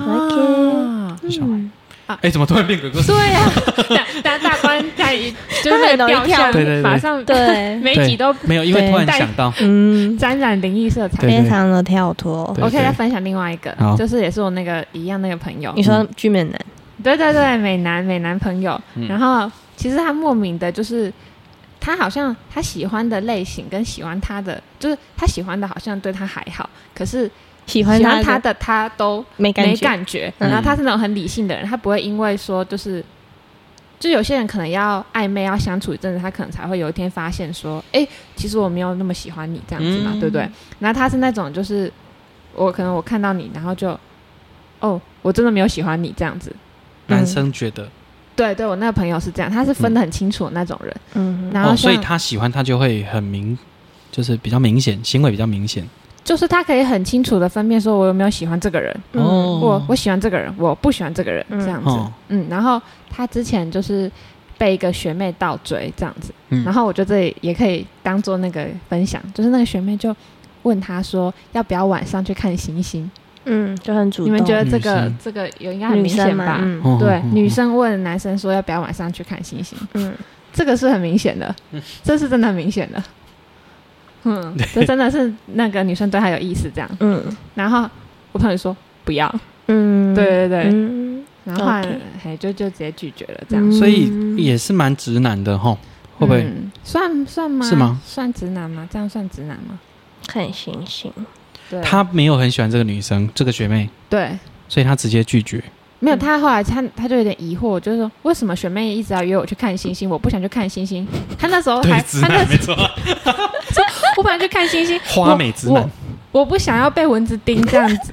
OK， 小孩。怎么突然变鬼故事？ 对啊，大官在就是那个雕像，马上对每一集都没有，因为突然想到， 沾染灵异色彩， 非常的跳脱。 我可以再分享另外一个，就是也是我那个一样那个朋友， 你说巨美男， 对，美男朋友，然后其实他莫名的就是他好像他喜欢的类型跟喜欢他的，就是他喜欢的好像对他还好，可是。喜欢他的他都没感觉，然后他是那种很理性的人，他不会因为说就有些人可能要暧昧要相处一阵子，他可能才会有一天发现说，其实我没有那么喜欢你这样子嘛，对不对？然后他是那种就是我看到你，然后就我真的没有喜欢你这样子。 男生觉得， 对，我那个朋友是这样，他是分得很清楚的那种人，然后所以他喜欢他就会就是比较明显，行为比较明显。 就是他可以很清楚的分辨说我有没有喜欢这个人，我喜欢这个人，我不喜欢这个人，这样子，然后他之前就是被一个学妹倒追这样子，然后我觉得这里也可以当做那个分享，就是那个学妹就问他说要不要晚上去看星星， 就很主动。 你们觉得这个有应该很明显吧？对，女生问男生说要不要晚上去看星星，这个是很明显的，这是真的很明显的。这真的是那个女生对他有意思这样，然后我朋友说不要，对，然后后来就直接拒绝了这样， 所以也是蛮直男的齁，会不会？ 算吗？ 是吗？ 算直男吗？这样算直男吗？ 看星星， 对， 他没有很喜欢这个女生，这个学妹， 对， 所以他直接拒绝。 没有，他后来他就有点疑惑，就是说为什么学妹一直要约我去看星星，我不想去看星星。他那时候还直男没错， 我本来去看星星， 花美直男， 我不想要被蚊子叮这样子。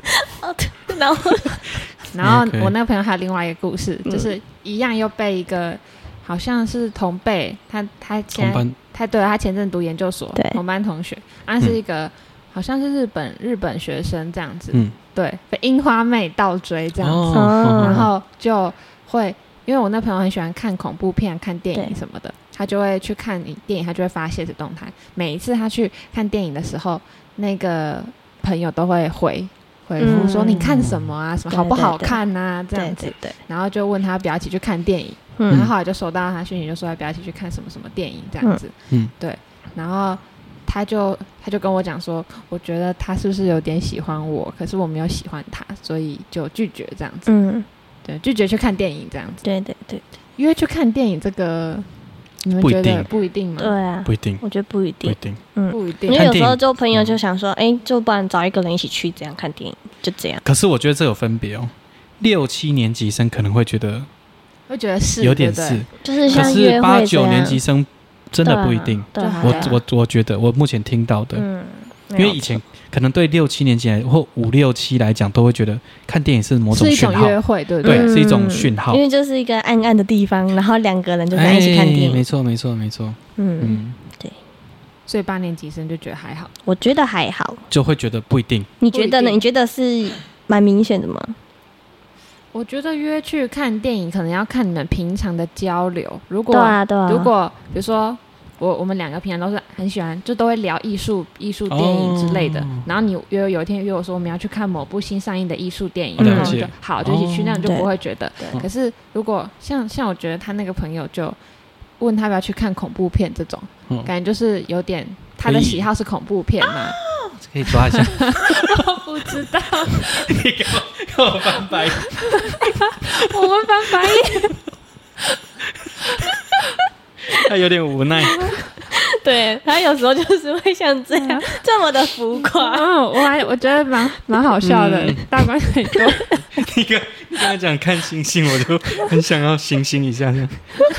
然后我那个朋友还有另外一个故事，就是一样又被一个好像是同辈，他前阵读研究所，同班同学，是一个好像是日本学生这样子，对，被樱花妹倒追这样子，然后就会因为我那朋友很喜欢看恐怖片、看电影什么的，他就会去看电影，他就会发现实动态。每一次他去看电影的时候，那个朋友都会回复说你看什么啊，什么好不好看啊，这样子，然后就问他不要一起去看电影，然后后来就收到他讯息，就说要不要一起去看什么什么电影这样子，对，然后他就跟我讲说，我觉得他是不是有点喜欢我，可是我没有喜欢他，所以就拒绝这样子，对，拒绝去看电影这样子， 对， 约去看电影这个。你们觉得不一定吗？ 对啊， 不一定， 我觉得不一定， 不一定。 因为有时候就朋友就想说，就不然找一个人一起去这样看电影，就这样。 可是我觉得这有分别哦，6、7年级生可能会觉得是有点是， 就是像约会可是8、9年级生真的不一定。我觉得我目前听到的，因为以前可能对6、7年级或5、6、7来讲，都会觉得看电影是某种讯号， 是一种约会，对， 是一种讯号， 因为就是一个暗暗的地方，然后两个人就在一起看电影， 没错， 对。 所以8年级生就觉得还好， 我觉得还好， 就会觉得不一定。 你觉得呢？你觉得是蛮明显的吗？ 我觉得约去看电影可能要看你们平常的交流。如果比如说我们两个平常都是很喜欢，就都会聊艺术电影之类的。然后你有一天约我说我们要去看某部新上映的艺术电影，然后就好就一起去，那种就不会觉得。可是如果像我觉得他那个朋友就问他要不要去看恐怖片这种，感觉就是有点他的喜好是恐怖片嘛。 可以抓一下。 我不知道。 你跟我翻白眼。 我们翻白眼。 他有点无奈。 对，他有时候就是会像这样这么的浮夸。 我觉得蛮好笑的，大观很多。 你跟他讲看星星，我就很想要星星一下这样。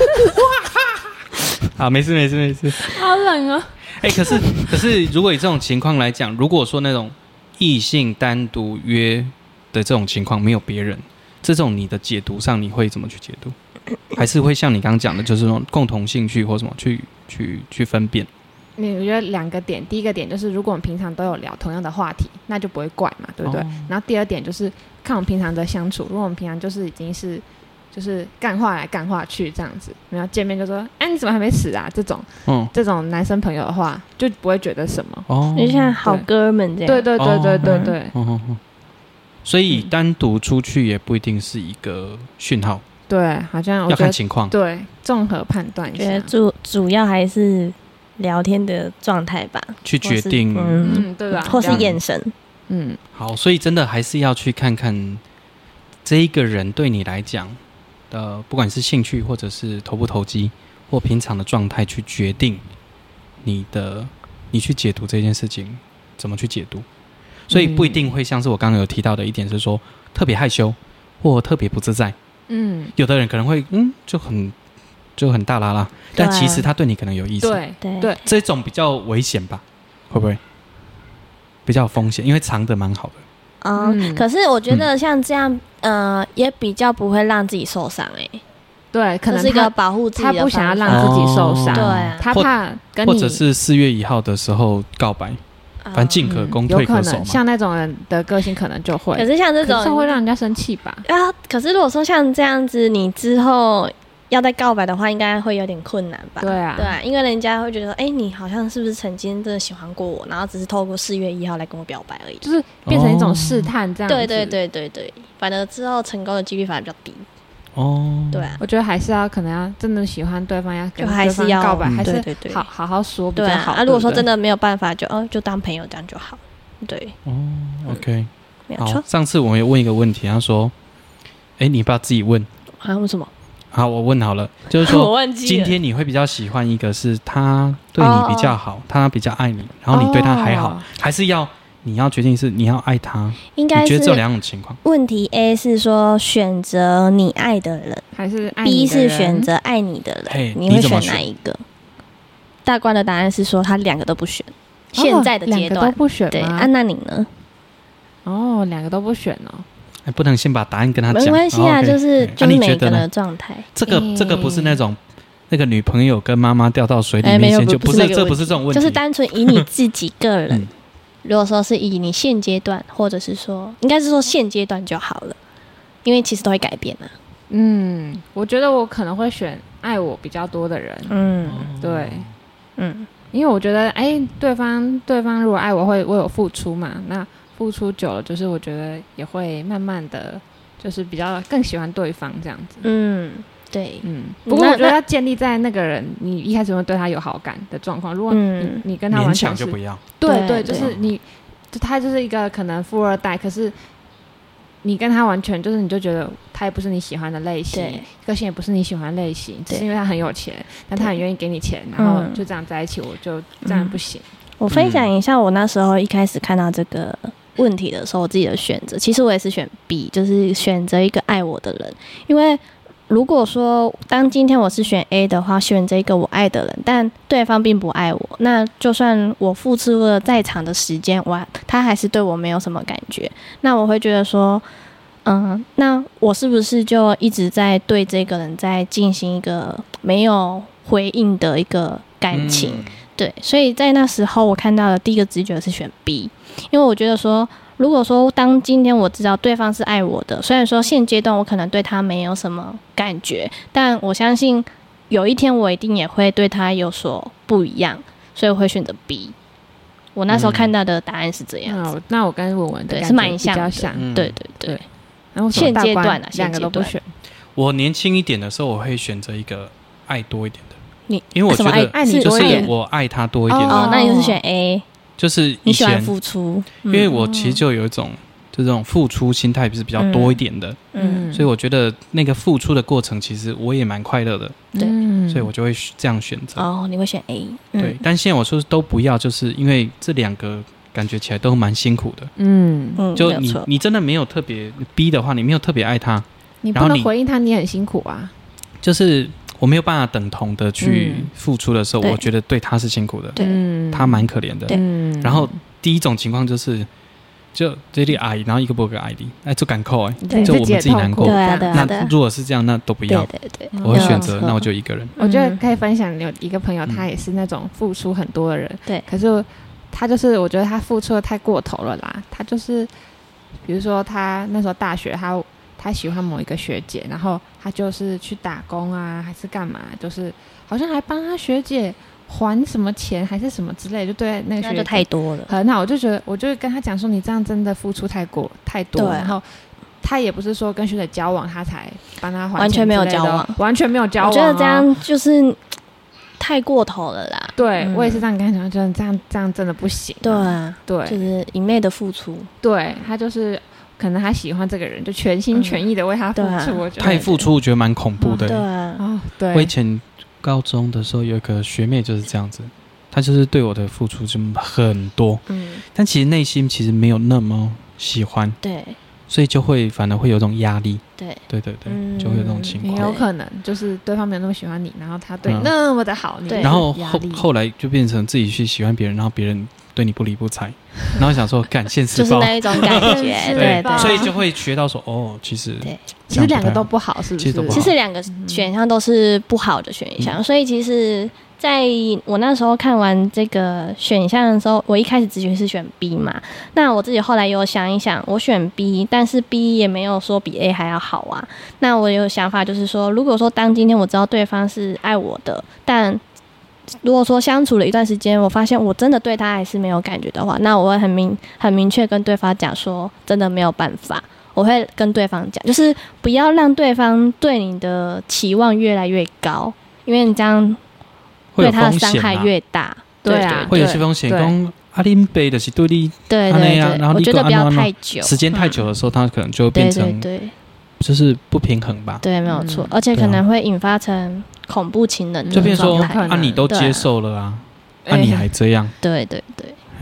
好，没事。 好冷哦。 可是，如果以这种情况来讲，如果说那种异性单独约的这种情况没有别人，这种你的解读上你会怎么去解读？还是会像你刚刚讲的，就是那种共同兴趣或什么去分辨？ 我觉得2个点，第一个点就是如果我们平常都有聊同样的话题，那就不会怪嘛，对不对？然后第二点就是看我们平常的相处，如果我们平常就是已经是就是干话来干话去这样子，然后见面就说你怎么还没死啊，这种男生朋友的话就不会觉得什么， 就像好哥们这样。 对。 所以单独出去也不一定是一个讯号。 对，好像要看情况。 对，综合判断一下。 觉得主要还是聊天的状态吧， 去决定， 对吧？ 或是眼神， 好，所以真的还是要去看看这一个人对你来讲不管是兴趣或者是投不投机或平常的状态，去决定你去解读这件事情怎么去解读。所以不一定会像是我刚刚有提到的一点是说特别害羞或特别不自在。有的人可能会就很大啦啦，但其实他对你可能有意思。 对， 这种比较危险吧？会不会比较有风险？因为藏得蛮好的。 可是我觉得像这样，也比较不会让自己受伤。 对，可能是一个保护自己的方法， 他不想要让自己受伤，对，他怕跟你， 或者是4月1号的时候告白。反正进可攻退可守嘛， 像那种人的个性可能就会。 可是像这种会让人家生气吧？ 可是如果说像这样子，你之后要再告白的话，应该会有点困难吧？ 对啊， 因为人家会觉得说，你好像是不是曾经真的喜欢过我，然后只是透过4月1号来跟我表白而已， 就是变成一种试探这样子。 对，反正之后成功的几率反而比较低。对啊， 我觉得还是要可能要真的喜欢对方，要跟对方告白，还是好好说比较好。 如果说真的没有办法，就当朋友这样就好。对 ，OK， 没有错。 上次我们有问一个问题，他说，你不要自己问。 问什么？ 好，我问好了，就是说， 我忘记了， 今天你会比较喜欢一个是他对你比较好，他比较爱你，然后你对他还好，还是要你要决定是你要爱他， 应该是你觉得只有2种情况。 问题 A 是说选择你爱的人， 还是爱你的 ？B 人是选择爱你的人， 你会选哪一个？大官的答案是说他2个都不选，现在的阶段 2个都不选吗？ 对那你呢？ 哦，2个都不选哦。 不能先把答案跟他讲， 没关系啊，就是每个人的状态。 这个不是那种那个女朋友跟妈妈掉到水里面先就不是，这不是这种问题， 就是单纯以你自己个人。如果说是以你现阶段，或者是说应该是说现阶段就好了，因为其实都会改变啊。 我觉得我可能会选爱我比较多的人。对，因为我觉得对方如果爱我会为我付出嘛，那付出久了，就是我觉得也会慢慢的就是比较更喜欢对方这样子。 对， 不过我觉得要建立在那个人你一开始会对他有好感的状况。如果你跟他完全是勉强就不要。 对，就是他就是一个可能富二代，可是你跟他完全就是你就觉得他也不是你喜欢的类型，个性也不是你喜欢的类型，只是因为他很有钱，但他很愿意给你钱，然后就这样在一起，我就这样不行。 我分享一下我那时候一开始看到这个问题的时候，我自己的选择，其实我也是选 B， 就是选择一个爱我的人。因为如果说当今天我是选 A 的话，选择一个我爱的人，但对方并不爱我，那就算我付出了再长的时间，他还是对我没有什么感觉，那我会觉得说那我是不是就一直在对这个人在进行一个没有回应的一个感情？对，所以在那时候我看到的第一个直觉是选 B， 因为我觉得说，如果说当今天我知道对方是爱我的，虽然说现阶段我可能对他没有什么感觉，但我相信有一天我一定也会对他有所不一样，所以我会选择 B。我那时候看到的答案是这样子。 那我跟文文的对是蛮像的，对。 然后现阶段 2个都不选。 我年轻一点的时候，我会选择一个爱多一点的。 因为我觉得爱你多一点， 就是我爱他多一点的。 那你就是选 A， 就是你喜欢付出， 因为我其实就有一种就这种付出心态是比较多一点的，所以我觉得那个付出的过程其实我也蛮快乐的， 对， 所以我就会这样选择。 你会选 A， 对，但现在我说都不要，就是因为这2个感觉起来都蛮辛苦的，就你真的没有特别 B 的话，你没有特别爱他， 你不能回应他，你很辛苦啊， 就是我没有办法等同的去付出的时候，我觉得对他是辛苦的，他蛮可怜的。然后第一种情况就是就这里爱，然后一个不给爱的，就赶扣就我们自己难过。那如果是这样，那都不要。对，我会选择，那我就一个人。 我觉得可以分享有一个朋友，他也是那种付出很多的人，可是他就是我觉得他付出的太过头了啦。他就是比如说他那时候大学他喜欢某一个学姐，然后他就是去打工啊，还是干嘛，就是好像还帮他学姐还什么钱还是什么之类，就对那个学姐那就太多了。 很好，我就跟他讲说，你这样真的付出太多，然后他也不是说跟学姐交往他才帮他还钱， 完全没有交往， 完全没有交往。 我觉得这样就是太过头了啦。 对，我也是这样跟他讲，觉得这样真的不行。 对，就是一昧的付出。 对，他就是可能他喜欢这个人，就全心全意的为他付出。我觉得太付出，我觉得蛮恐怖的。 对， 我以前高中的时候有一个学妹就是这样子，她就是对我的付出就很多，但其实内心其实没有那么喜欢， 对， 所以就会反而会有一种压力， 对， 就会有这种情况。 也有可能就是对方没有那么喜欢你，然后他对你那么的好， 然后后来就变成自己去喜欢别人，然后别人对你不理不睬，然后想说感现世报， 就是那一种感觉，对， 所以就会学到说其实 2个都不好，是不是？ 其实2个选项都是不好的选项，所以其实在我那时候看完这个选项的时候，我一开始直觉是选 B 嘛，那我自己后来有想一想，我选 B， 但是 B 也没有说比 A 还要好啊。那我有想法就是说，如果说当今天我知道对方是爱我的，但如果说相处了一段时间，我发现我真的对他还是没有感觉的话，那我会很明确跟对方讲说，真的没有办法。我会跟对方讲，就是不要让对方对你的期望越来越高，因为你这样对他的伤害越大。对啊， 会有些风险。讲恁爸就是对你对， 然后我觉得不要太久， 时间太久的时候，他可能就会变成就是不平衡吧。 对，没有错，而且可能会引发成恐怖情人的就变成说你都接受了啊，你还这样。 对，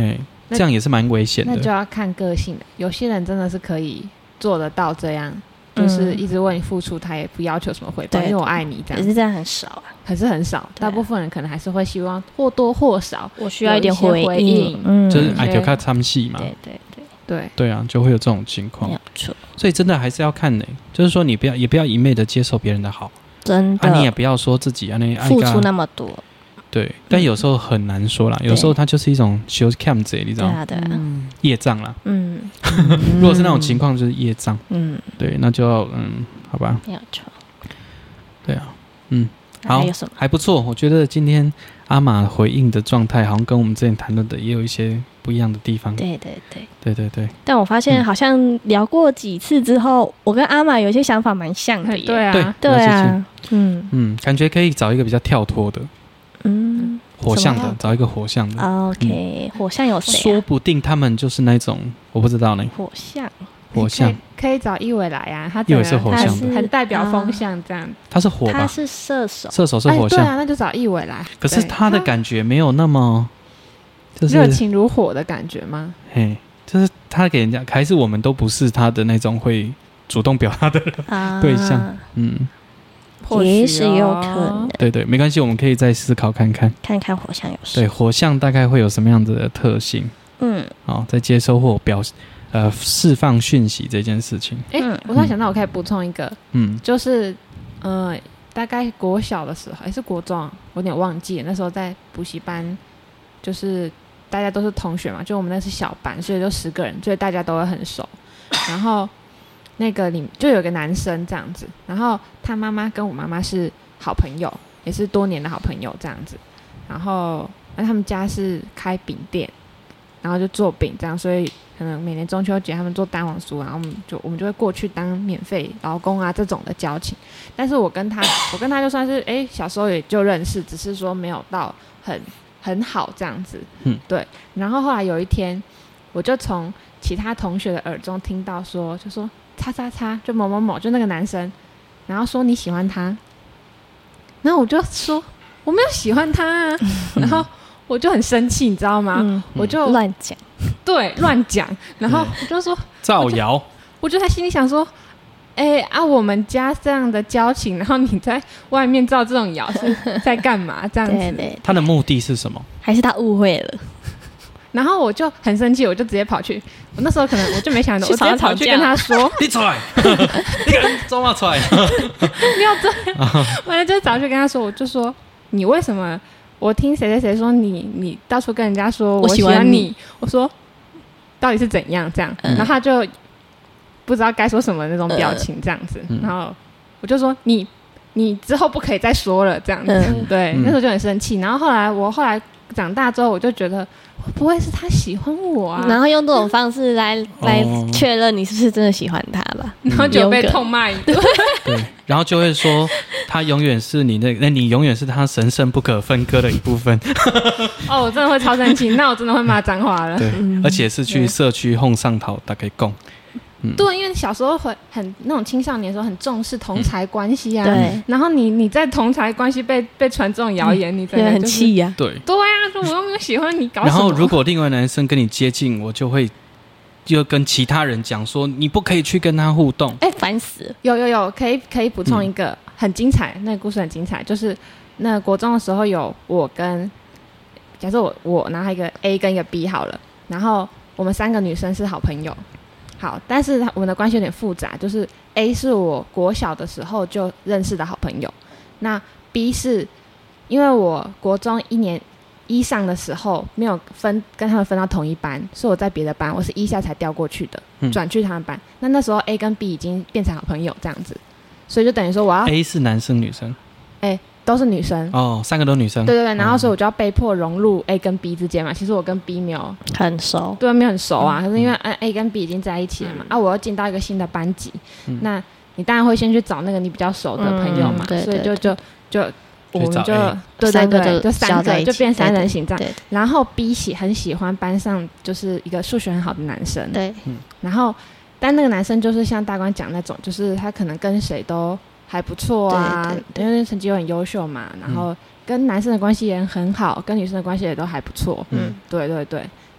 这样也是蛮危险的。 那就要看个性的，有些人真的是可以做得到这样，就是一直为你付出，他也不要求什么回报，因为我爱你这样。 可是这样很少啊， 可是很少，大部分人可能还是会希望或多或少， 我需要一点回应， 就是爱就看参戏嘛。 对啊，就会有这种情况。 没有错， 所以真的还是要看呢，就是说你也不要一昧的接受别人的好， 真的， 你也不要说自己付出那么多。 对，但有时候很难说啦，有时候它就是一种修 cam 贼，你知道吗？ 对啊， 业障啦。如果是那种情况，就是业障。对，那就要好吧。 没有错。 对啊，好，还不错。我觉得今天阿玛回应的状态，好像跟我们之前谈论的也有一些不一样的地方。对。 但我发现好像聊过几次之后，我跟阿玛有些想法蛮像的耶。对啊， 感觉可以找一个比较跳脱的。火象的，找一个火象的。 OK，火象有谁？ 说不定他们就是那种，我不知道呢。火象可以找一伟来啊，他一伟是火象的， 很代表风象这样。 他是火吧？ 他是射手， 射手是火象。 对啊，那就找一伟来。 可是他的感觉没有那么就是热情如火的感觉吗？ 嘿，就是他给人家，还是我们都不是他的那种会主动表达的对象。 也许有可能。 对，没关系，我们可以再思考看看火象有谁。 对，火象大概会有什么样子的特性？在接收或释放讯息这件事情。 我突然想到，我可以补充一个，就是大概国小的时候，是国中，我有点忘记了。那时候在补习班，就是大家都是同学嘛，就我们那是小班，所以就10个人，所以大家都会很熟。然后那个里就有个男生这样子，然后他妈妈跟我妈妈是好朋友，也是多年的好朋友这样子。然后他们家是开饼店，然后就做饼这样，所以可能每年中秋节他们做蛋黄酥，然后我们就会过去当免费劳工啊这种的交情。但是我跟他就算是小时候也就认识，只是说没有到很好这样子。对。然后后来有一天，我就从其他同学的耳中听到说，就说叉叉叉，就某某某，就那个男生，然后说你喜欢他，然后我就说我没有喜欢他啊，然后我就很生气，你知道吗？我就乱讲， 对，乱讲，然后我就说造谣， 我就在心里想说，我们家这样的交情，然后你在外面造这种谣是在干嘛？这样子， 对， 他的目的是什么？ 还是他误会了？ 然后我就很生气，我就直接跑去。我那时候可能我就没想到，我直接跑去跟他说：“ 你出来，你敢走嘛出来？ 不要这样！”我就早去跟他说，我就说：“你为什么？我听谁谁谁说你到处跟人家说我喜欢你，我说到底是怎样这样？”然后他就不知道该说什么那种表情这样子。然后我就说：“你之后不可以再说了这样子。”对，那时候就很生气。然后后来长大之后，我就觉得。会不会是他喜欢我啊？ 然后用这种方式来确认你是不是真的喜欢他吧？ 然后就被痛骂一顿。 对，然后就会说他永远是你你永远是他神圣不可分割的一部分。 我真的会超生气，那我真的会骂脏话了。 对，而且是去社区哄上讨大概供。 对，因为小时候很那种青少年的时候很重视同侪关系啊，对。然后你在同侪关系被传这种谣言，你真的很气呀。 对啊，说我又没有喜欢你，搞什么？ 然后如果另外男生跟你接近，我就跟其他人讲说，你不可以去跟他互动。 烦死了！ 有，可以补充一个很精彩，那个故事很精彩，就是那国中的时候有我跟，假设我然后一个 A 跟一个 B 好了，然后我们3个女生是好朋友。好，但是我们的关系有点复杂，就是 A 是我国小的时候就认识的好朋友，那 B 是因为我国中1年1上的时候没有跟他们分到同一班，是我在别的班，我是1下才调过去的，转去他们班。那时候 A 跟 B 已经变成好朋友这样子，所以就等于说我要 A 是男生女生？ 都是女生 3个都女生。 对，然后所以我就要被迫融入 A 跟 B 之间嘛。其实我跟 B 没有很熟， 对，没有很熟啊。可是因为 A 跟 B 已经在一起了嘛，我要进到一个新的班级，那你当然会先去找那个你比较熟的朋友嘛，所以就我们就对，就3个就变3人行这样。然后 B 很喜欢班上就是一个数学很好的男生，对，然后但那个男生就是像大官讲那种，就是他可能跟谁都还不错啊，因为成绩又很优秀嘛，然后跟男生的关系也很好，跟女生的关系也都还不错。对。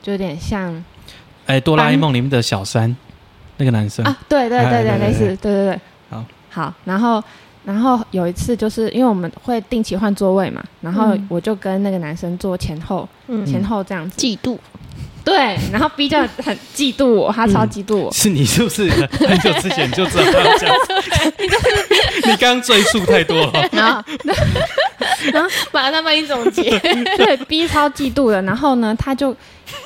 就有点像哆啦 A 梦里面的小山那个男生啊，对，类似，对，好，然后有一次就是因为我们会定期换座位嘛，然后我就跟那个男生坐前后这样子， 嫉妒。 对，然后 B 就很嫉妒我，他超嫉妒我。 是你是不是很久之前就知道他要这样子？你刚刚赘述太多了。 然后马上帮你总结。 对 ，B 超嫉妒的，然后呢，他就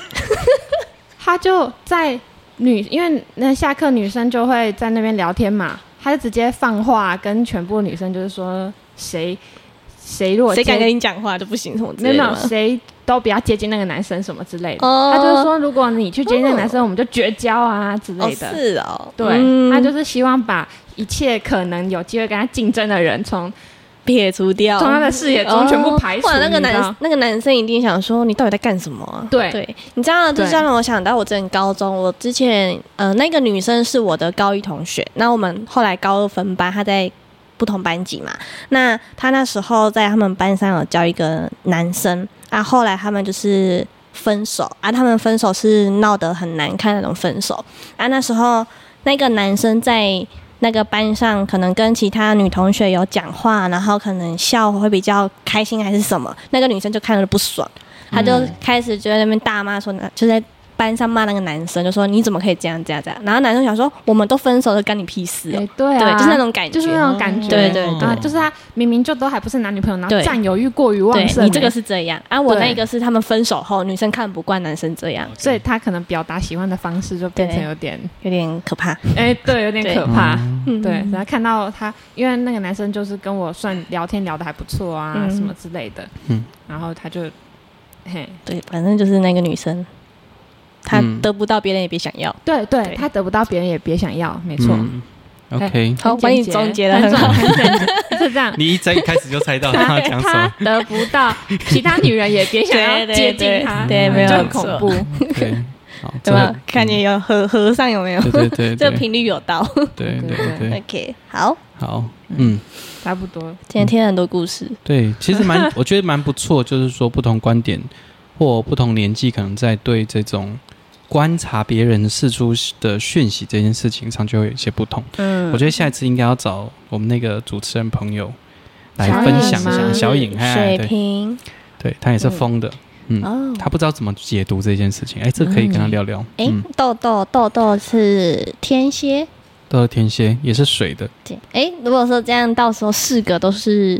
在因为那下课女生就会在那边聊天嘛，他就直接放话跟全部女生就是说谁如果谁敢跟你讲话就不行什么之类的吗？ 没有谁都不要接近那个男生什么之类的。他就是说，如果你去接近那个男生，我们就绝交啊之类的。 是哦， 对，他就是希望把一切可能有机会跟他竞争的人撇除掉， 从他的视野中全部排除。 那个男生一定想说，你到底在干什么啊？ 对， 你知道，就让我想到我之前高中，我之前那个女生是我的高一同学，那我们后来高二分班，她在不同班级嘛。那她那时候在他们班上有交一个男生啊，后来他们就是分手啊，他们分手是闹得很难看那种分手啊。那时候那个男生在那个班上可能跟其他女同学有讲话，然后可能笑会比较开心还是什么，那个女生就看了不爽，她就开始就在那边大骂说，就在班上骂那个男生，就说你怎么可以这样，然后男生想说我们都分手了，干你屁事哦。 对啊， 对，就是那种感觉，对啊，就是他明明就都还不是男女朋友，然后占有欲过于旺盛。 你这个是这样啊，我那个是他们分手后女生看不惯男生这样， 所以他可能表达喜欢的方式就变成有点可怕。 对，有点可怕。对，然后看到他，因为那个男生就是跟我算聊天聊得还不错啊，什么之类的。然后他就对，反正就是那个女生。他得不到别人也别想要， 对，他得不到别人也别想要，没错。 OK， 好，帮你总结的很好， 是这样。 你一开始就猜到他讲什么， 他得不到其他女人也别想要接近他， 对，没有很恐怖。 对， 对吧？看你有和尚有没有？ 对， 这频率有到。 对。 OK， 好， 差不多。 今天听了很多故事， 对，其实我觉得蛮不错，就是说不同观点或不同年纪，可能在对这种观察别人释出的讯息这件事情上就会有一些不同。我觉得下一次应该要找我们那个主持人朋友来分享一下。小颖水瓶， 对，他也是疯的。他不知道怎么解读这件事情。这可以跟他聊聊。 豆豆是天蝎， 豆豆天蝎也是水的。 如果说这样，到时候4个都是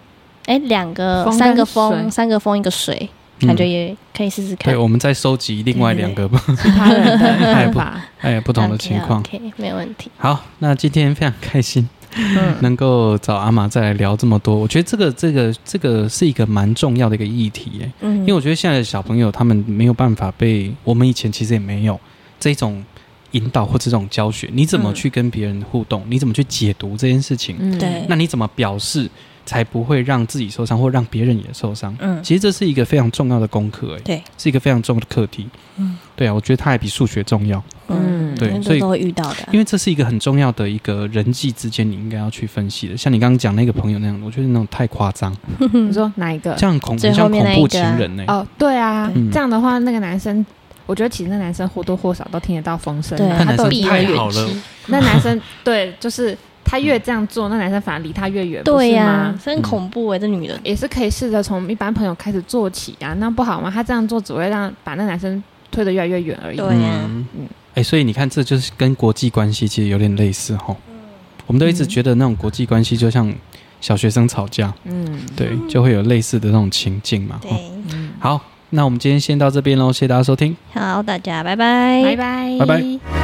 3个风一个水。感觉也可以试试看。 对，我们再收集另外2个吧， 其他人的看法， 不同的情况。 OK， 没有问题。 好，那今天非常开心，能够找阿玛再来聊这么多。我觉得这个是一个蛮重要的一个议题耶。因为我觉得现在的小朋友他们没有办法被我们以前其实也没有这种引导或这种教学，你怎么去跟别人互动，你怎么去解读这件事情， 对， 那你怎么表示才不会让自己受伤或让别人也受伤。其实这是一个非常重要的功课， 对， 是一个非常重要的课题。对啊，我觉得它还比数学重要。对，所以都会遇到的， 因为这是一个很重要的一个人际之间你应该要去分析的。像你刚刚讲那个朋友那样，我觉得那种太夸张。 你说哪一个？ 像恐怖情人呢？ 对啊，这样的话那个男生。我觉得其实那男生或多或少都听得到风声， 他都避而远之。 那男生对，就是他越这样做，那男生反而离他越远， 对呀， 真恐怖这女人也是可以试着从一般朋友开始做起啊，那不好吗？他这样做只会把那男生推得越来越远而已。 对呀， 所以你看，这就是跟国际关系其实有点类似齁。我们都一直觉得那种国际关系就像小学生吵架，对，就会有类似的那种情境嘛。 对， 好。那我们今天先到这边咯，谢谢大家收听。 好，大家拜拜， 拜拜， 拜拜。